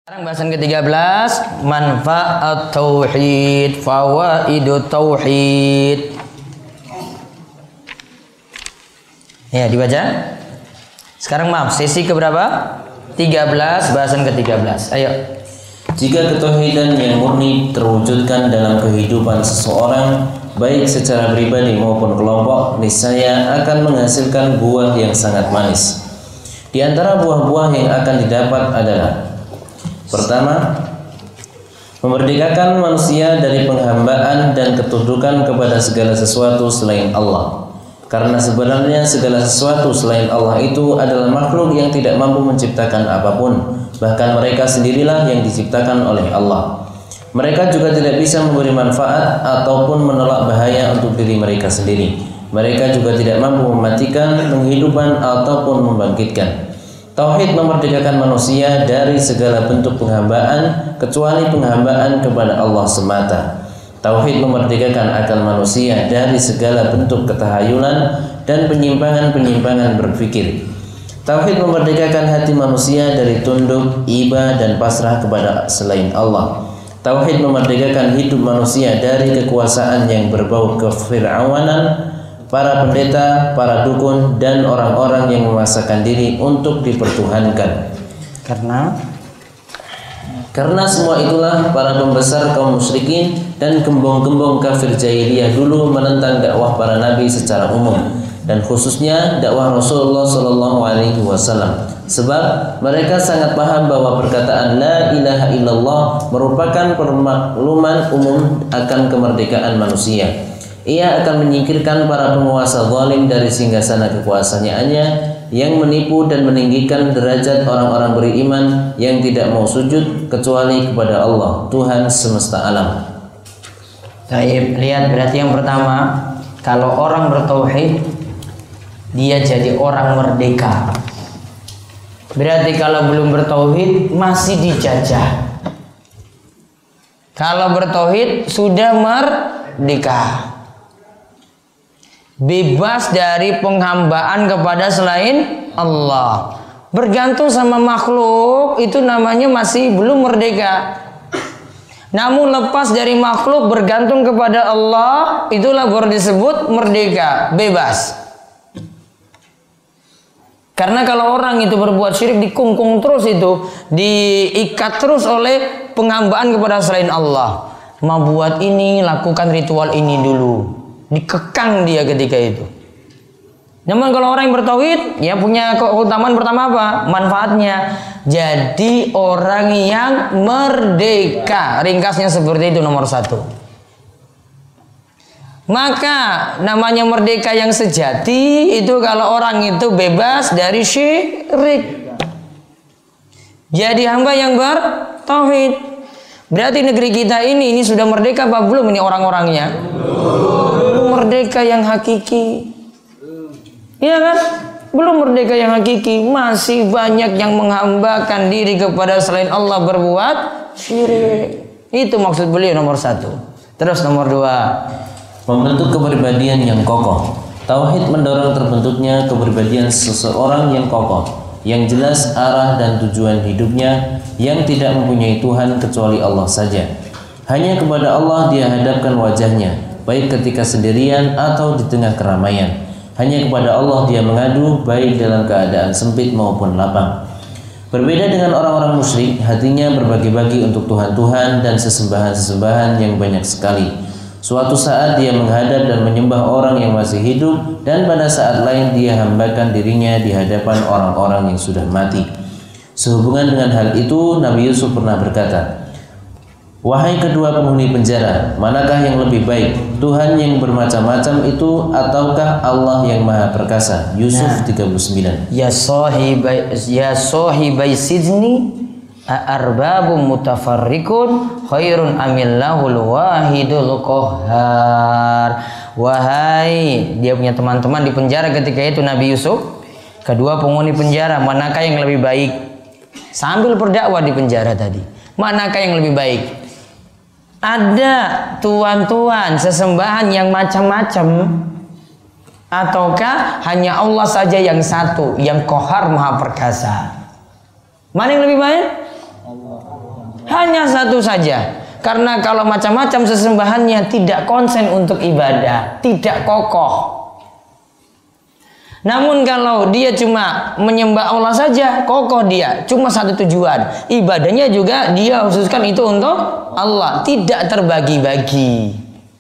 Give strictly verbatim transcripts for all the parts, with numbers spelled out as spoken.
Sekarang bahasan ke tiga belas, manfaat tauhid, fawaidu tauhid. Ya, dibaca. Sekarang maaf, sesi ke berapa? tiga belas, bahasan ke tiga belas. Ayo. Jika ketauhidan yang murni terwujudkan dalam kehidupan seseorang, baik secara pribadi maupun kelompok, niscaya akan menghasilkan buah yang sangat manis. Di antara buah-buah yang akan didapat adalah: pertama, memerdekakan manusia dari penghambaan dan ketundukan kepada segala sesuatu selain Allah. Karena sebenarnya segala sesuatu selain Allah itu adalah makhluk yang tidak mampu menciptakan apapun. Bahkan mereka sendirilah yang diciptakan oleh Allah. Mereka juga tidak bisa memberi manfaat ataupun menolak bahaya untuk diri mereka sendiri. Mereka juga tidak mampu mematikan, menghidupkan ataupun membangkitkan. Tauhid memerdekakan manusia dari segala bentuk penghambaan kecuali penghambaan kepada Allah semata. Tauhid memerdekakan akal manusia dari segala bentuk ketahayulan dan penyimpangan-penyimpangan berpikir. Tauhid memerdekakan hati manusia dari tunduk, iba, dan pasrah kepada selain Allah. Tauhid memerdekakan hidup manusia dari kekuasaan yang berbau kefir'awanan, para pendeta, para dukun, dan orang-orang yang memaksakan diri untuk dipertuhankan. Karena Karena semua itulah para pembesar kaum musyrikin dan gembong-gembong kafir jahiliyah dulu menentang dakwah para nabi secara umum, dan khususnya dakwah Rasulullah Shallallahu Alaihi Wasallam. Sebab mereka sangat paham bahwa perkataan La ilaha illallah merupakan permakluman umum akan kemerdekaan manusia. Ia akan menyingkirkan para penguasa zalim dari singgasana kekuasaannya yang menipu dan meninggikan derajat orang-orang beriman yang tidak mau sujud kecuali kepada Allah, Tuhan semesta alam. Baik, lihat berarti yang pertama, kalau orang bertauhid dia jadi orang merdeka. Berarti kalau belum bertauhid masih dijajah. Kalau bertauhid sudah merdeka, bebas dari penghambaan kepada selain Allah. Bergantung sama makhluk itu namanya masih belum merdeka. Namun lepas dari makhluk bergantung kepada Allah, itulah baru disebut merdeka, bebas. Karena kalau orang itu berbuat syirik, dikungkung terus itu, diikat terus oleh penghambaan kepada selain Allah. Mau buat ini, lakukan ritual ini dulu. Dikekang dia ketika itu. Namun kalau orang yang bertauhid, ya punya keutamaan pertama apa? Manfaatnya. Jadi orang yang merdeka. Ringkasnya seperti itu, nomor satu. Maka namanya merdeka yang sejati itu kalau orang itu bebas dari syirik. Jadi hamba yang bertauhid. Berarti negeri kita ini ini sudah merdeka apa belum ini orang-orangnya? Belum merdeka yang hakiki. Iya kan? Belum merdeka yang hakiki. Masih banyak yang menghambakan diri kepada selain Allah, berbuat syirik. Itu maksud beliau nomor satu. Terus nomor dua, membentuk kepribadian yang kokoh. Tauhid mendorong terbentuknya kepribadian seseorang yang kokoh, yang jelas arah dan tujuan hidupnya, yang tidak mempunyai Tuhan kecuali Allah saja. Hanya kepada Allah dia hadapkan wajahnya, baik ketika sendirian atau di tengah keramaian. Hanya kepada Allah dia mengadu, baik dalam keadaan sempit maupun lapang. Berbeda dengan orang-orang musyrik, hatinya berbagi-bagi untuk Tuhan-Tuhan dan sesembahan-sesembahan yang banyak sekali. Suatu saat dia menghadap dan menyembah orang yang masih hidup, dan pada saat lain dia hambakan dirinya di hadapan orang-orang yang sudah mati. Sehubungan dengan hal itu, Nabi Yusuf pernah berkata, "Wahai kedua penghuni penjara, manakah yang lebih baik, Tuhan yang bermacam-macam itu ataukah Allah yang Maha Perkasa?" Yusuf nah, tiga puluh sembilan. Ya sahibai ya sahibai sidni arbabum mutafarrikun khairun amillahul wahidul qahhar. Wahai dia punya teman-teman di penjara ketika itu Nabi Yusuf, kedua penghuni penjara, manakah yang lebih baik? Sambil berdakwah di penjara tadi, manakah yang lebih baik? Ada tuan-tuan sesembahan yang macam-macam, ataukah hanya Allah saja yang satu, yang Qahar Maha Perkasa? Mana yang lebih baik? Hanya satu saja. Karena kalau macam-macam sesembahannya tidak konsen untuk ibadah, tidak kokoh. Namun kalau dia cuma menyembah Allah saja, kokoh dia, cuma satu tujuan, ibadahnya juga dia khususkan itu untuk Allah, tidak terbagi-bagi.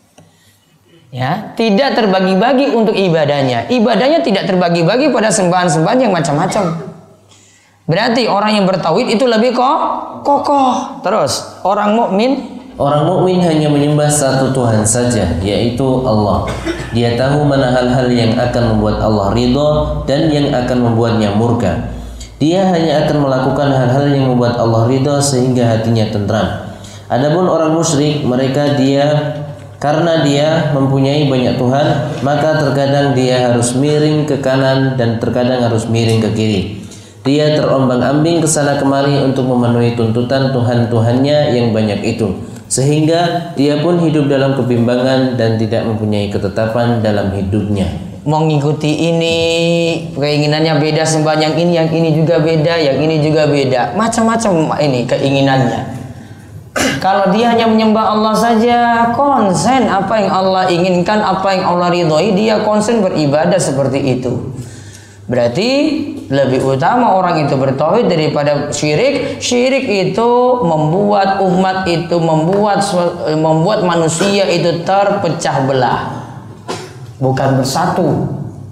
Ya, tidak terbagi-bagi untuk ibadahnya. Ibadahnya tidak terbagi-bagi pada sembahan-sembahan yang macam-macam. Berarti orang yang bertauhid itu lebih kok kokoh. Terus orang mukmin Orang mukmin hanya menyembah satu Tuhan saja, yaitu Allah. Dia tahu mana hal-hal yang akan membuat Allah ridho dan yang akan membuatnya murka. Dia hanya akan melakukan hal-hal yang membuat Allah ridho sehingga hatinya tentram. Adapun orang musyrik, mereka dia karena dia mempunyai banyak Tuhan, maka terkadang dia harus miring ke kanan dan terkadang harus miring ke kiri. Dia terombang-ambing ke sana kemari untuk memenuhi tuntutan Tuhan-Tuhannya yang banyak itu. Sehingga dia pun hidup dalam kebimbangan dan tidak mempunyai ketetapan dalam hidupnya. Mau ngikuti ini, keinginannya beda, sembahan yang ini, yang ini juga beda, yang ini juga beda. Macam-macam ini keinginannya. Kalau dia hanya menyembah Allah saja, konsen apa yang Allah inginkan, apa yang Allah ridhoi, dia konsen beribadah seperti itu. Berarti lebih utama orang itu bertauhid daripada syirik. Syirik itu membuat umat itu membuat membuat manusia itu terpecah belah, bukan bersatu.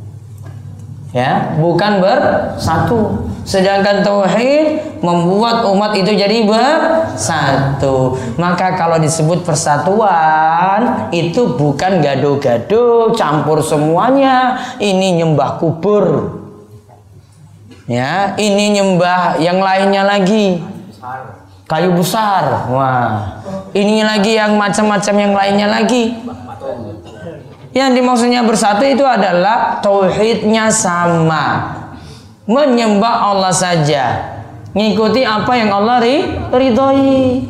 Ya, bukan bersatu. Sedangkan tauhid membuat umat itu jadi bersatu. Maka kalau disebut persatuan itu bukan gado-gado campur semuanya. Ini nyembah kubur. Ya, ini nyembah yang lainnya lagi, kayu besar. Wah, ini lagi yang macam-macam yang lainnya lagi. Yang dimaksudnya bersatu itu adalah tauhidnya sama, menyembah Allah saja, ngikuti apa yang Allah ridhoi.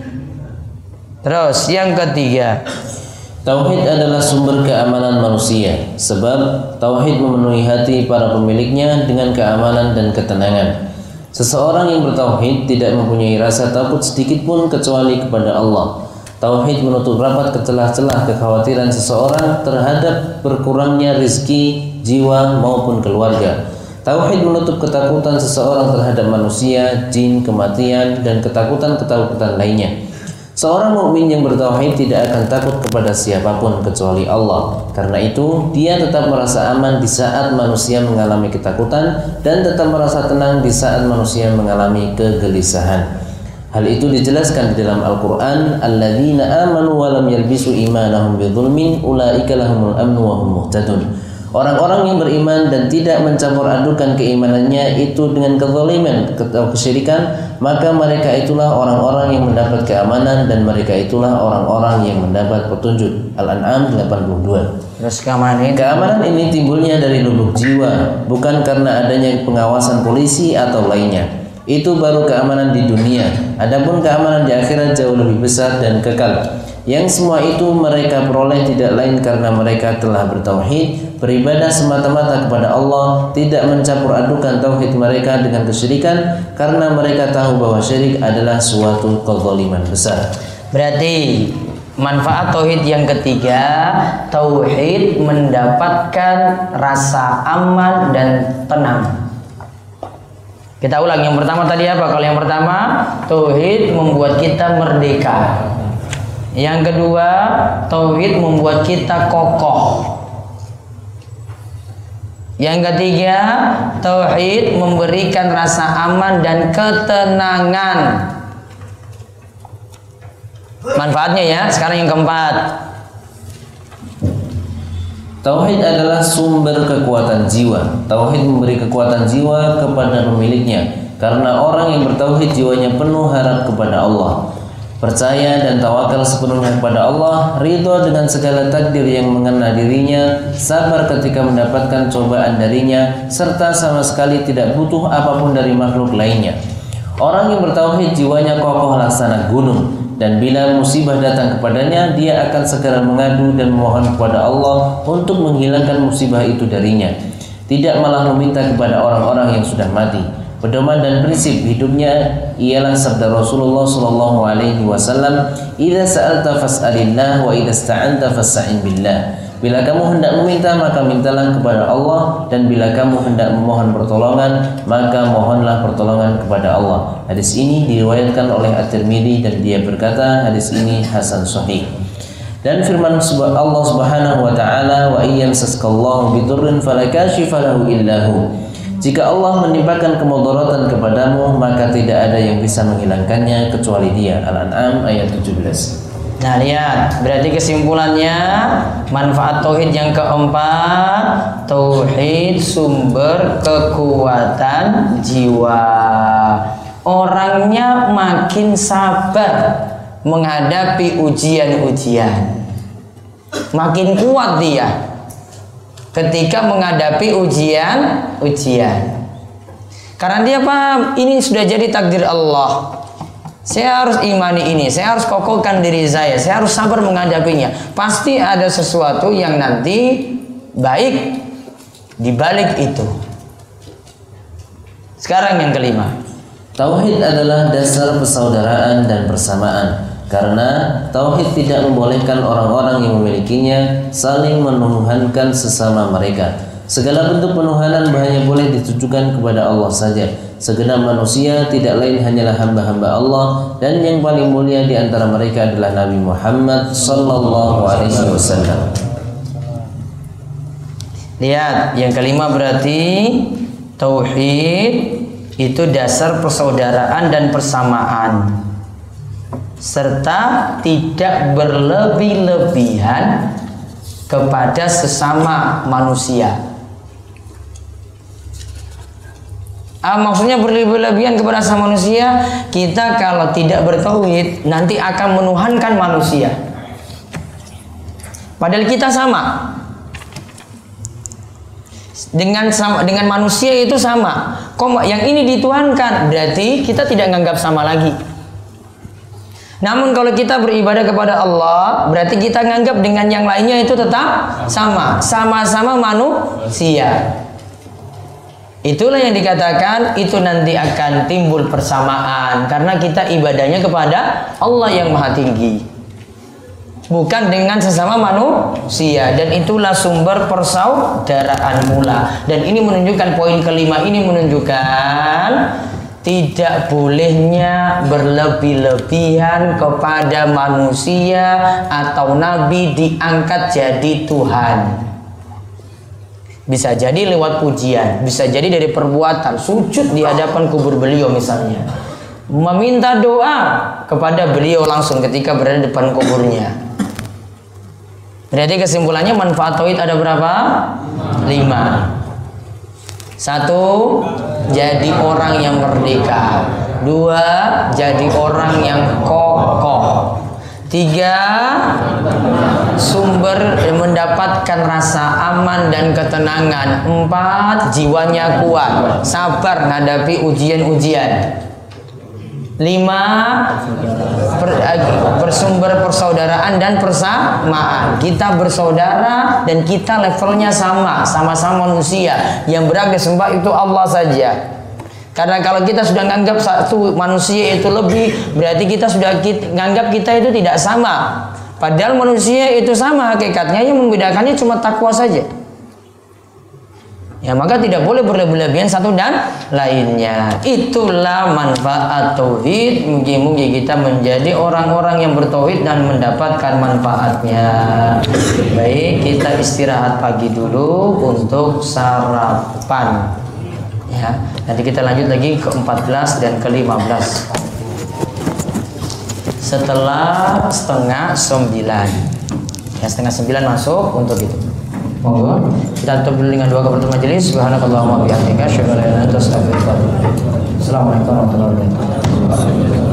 Terus yang ketiga, tauhid adalah sumber keamanan manusia, sebab tauhid memenuhi hati para pemiliknya dengan keamanan dan ketenangan. Seseorang yang bertauhid tidak mempunyai rasa takut sedikit pun kecuali kepada Allah. Tauhid menutup rapat ke celah-celah kekhawatiran seseorang terhadap berkurangnya rizki, jiwa maupun keluarga. Tauhid menutup ketakutan seseorang terhadap manusia, jin, kematian, dan ketakutan-ketakutan lainnya. Seorang mukmin yang bertauhid tidak akan takut kepada siapapun kecuali Allah. Karena itu, dia tetap merasa aman di saat manusia mengalami ketakutan dan tetap merasa tenang di saat manusia mengalami kegelisahan. Hal itu dijelaskan di dalam Al-Qur'an, "Alladzina amanu wa lam yalbisu imanahum bidzulmin ulaika lahumul amnu wa hum muhtadun." Orang-orang yang beriman dan tidak mencampur adukan keimanannya itu dengan kezaliman atau kesyirikan, maka mereka itulah orang-orang yang mendapat keamanan dan mereka itulah orang-orang yang mendapat petunjuk. Al-An'am delapan puluh dua. Terus keamanan Keamanan ini timbulnya dari lubuk jiwa, bukan karena adanya pengawasan polisi atau lainnya. Itu baru keamanan di dunia. Adapun keamanan di akhirat jauh lebih besar dan kekal. Yang semua itu mereka peroleh tidak lain karena mereka telah bertauhid, beribadah semata-mata kepada Allah, tidak mencampur adukan tauhid mereka dengan kesyirikan, karena mereka tahu bahwa syirik adalah suatu kezaliman besar. Berarti manfaat tauhid yang ketiga, tauhid mendapatkan rasa aman dan tenang. Kita ulang, yang pertama tadi apa? Kalau yang pertama, tauhid membuat kita merdeka. Yang kedua, tauhid membuat kita kokoh. Yang ketiga, tauhid memberikan rasa aman dan ketenangan. Manfaatnya ya. Sekarang yang keempat, tauhid adalah sumber kekuatan jiwa. Tauhid memberi kekuatan jiwa kepada pemiliknya, karena orang yang bertauhid jiwanya penuh harap kepada Allah, percaya dan tawakal sepenuhnya kepada Allah, ridho dengan segala takdir yang mengena dirinya, sabar ketika mendapatkan cobaan darinya, serta sama sekali tidak butuh apapun dari makhluk lainnya. Orang yang bertauhid jiwanya kokoh laksana gunung, dan bila musibah datang kepadanya, dia akan segera mengadu dan memohon kepada Allah untuk menghilangkan musibah itu darinya, tidak malah meminta kepada orang-orang yang sudah mati. Pedoman dan prinsip hidupnya ialah sabda Rasulullah sallallahu alaihi wasallam, "Idza sa'alta fas'alillah wa idza ista'anta fasta'in billah." Bila kamu hendak meminta, maka mintalah kepada Allah, dan bila kamu hendak memohon pertolongan, maka mohonlah pertolongan kepada Allah. Hadis ini diriwayatkan oleh At-Tirmidzi dan dia berkata, hadis ini hasan sahih. Dan firman Allah Subhanahu wa taala, "Wa iyyamsaskallahu bidurrin fala kashifa lahu illa hu." Jika Allah menimpakan kemudaratan kepadamu, maka tidak ada yang bisa menghilangkannya kecuali Dia. Al-An'am ayat tujuh belas. Nah, lihat, berarti kesimpulannya manfaat tauhid yang keempat, tauhid sumber kekuatan jiwa. Orangnya makin sabar menghadapi ujian-ujian. Makin kuat dia ketika menghadapi ujian-ujian. Karena dia paham ini sudah jadi takdir Allah. Saya harus imani ini, saya harus kokohkan diri saya, saya harus sabar menghadapinya. Pasti ada sesuatu yang nanti baik di balik itu. Sekarang yang kelima. Tauhid adalah dasar persaudaraan dan persamaan. Karena tauhid tidak membolehkan orang-orang yang memilikinya saling menuhankan sesama mereka. Segala bentuk penuhanan hanya boleh ditujukan kepada Allah saja. Segenap manusia tidak lain hanyalah hamba-hamba Allah, dan yang paling mulia di antara mereka adalah Nabi Muhammad sallallahu alaihi wasallam. Lihat, yang kelima berarti tauhid itu dasar persaudaraan dan persamaan, serta tidak berlebih-lebihan kepada sesama manusia. Ah, maksudnya berlebih-lebihan kepada sesama manusia, kita kalau tidak bertauhid nanti akan menuhankan manusia. Padahal kita sama. Dengan sama dengan manusia itu sama. Kok yang ini dituhankan, berarti kita tidak menganggap sama lagi. Namun kalau kita beribadah kepada Allah, berarti kita menganggap dengan yang lainnya itu tetap sama, sama-sama manusia. Itulah yang dikatakan itu nanti akan timbul persamaan, karena kita ibadahnya kepada Allah yang Maha Tinggi, bukan dengan sesama manusia. Dan itulah sumber persaudaraan mula. Dan ini menunjukkan, poin kelima ini menunjukkan tidak bolehnya berlebih-lebihan kepada manusia atau nabi diangkat jadi Tuhan. Bisa jadi lewat pujian, bisa jadi dari perbuatan, sujud di hadapan kubur beliau misalnya, meminta doa kepada beliau langsung ketika berada di depan kuburnya. Berarti kesimpulannya manfaat tauhid ada berapa? Lima. Satu, jadi orang yang merdeka. Dua, jadi orang yang kokoh. Tiga, sumber mendapatkan rasa aman dan ketenangan. Empat, jiwanya kuat, sabar menghadapi ujian-ujian. Lima, per, bersumber persaudaraan dan persamaan. Kita bersaudara dan kita levelnya sama, sama-sama manusia. Yang berhak disembah itu Allah saja. Karena kalau kita sudah menganggap satu manusia itu lebih, berarti kita sudah menganggap kita itu tidak sama. Padahal manusia itu sama hakikatnya, yang membedakannya cuma takwa saja. Ya, maka tidak boleh berlebih-lebihan satu dan lainnya. Itulah manfaat tauhid. Mungkin-mungkin kita menjadi orang-orang yang bertauhid dan mendapatkan manfaatnya. Baik, kita istirahat pagi dulu untuk sarapan. Ya, nanti kita lanjut lagi ke empat belas dan ke lima belas setelah setengah sembilan. Ya, setengah sembilan masuk untuk itu. Monggo kita tutup dulu dengan doa kafaratul majelis. Subhanakallahumma wa bihamdika asyhadu an la ilaha illa anta astaghfiruka wa atubu ilaik. Assalamualaikum warahmatullahi wabarakatuh.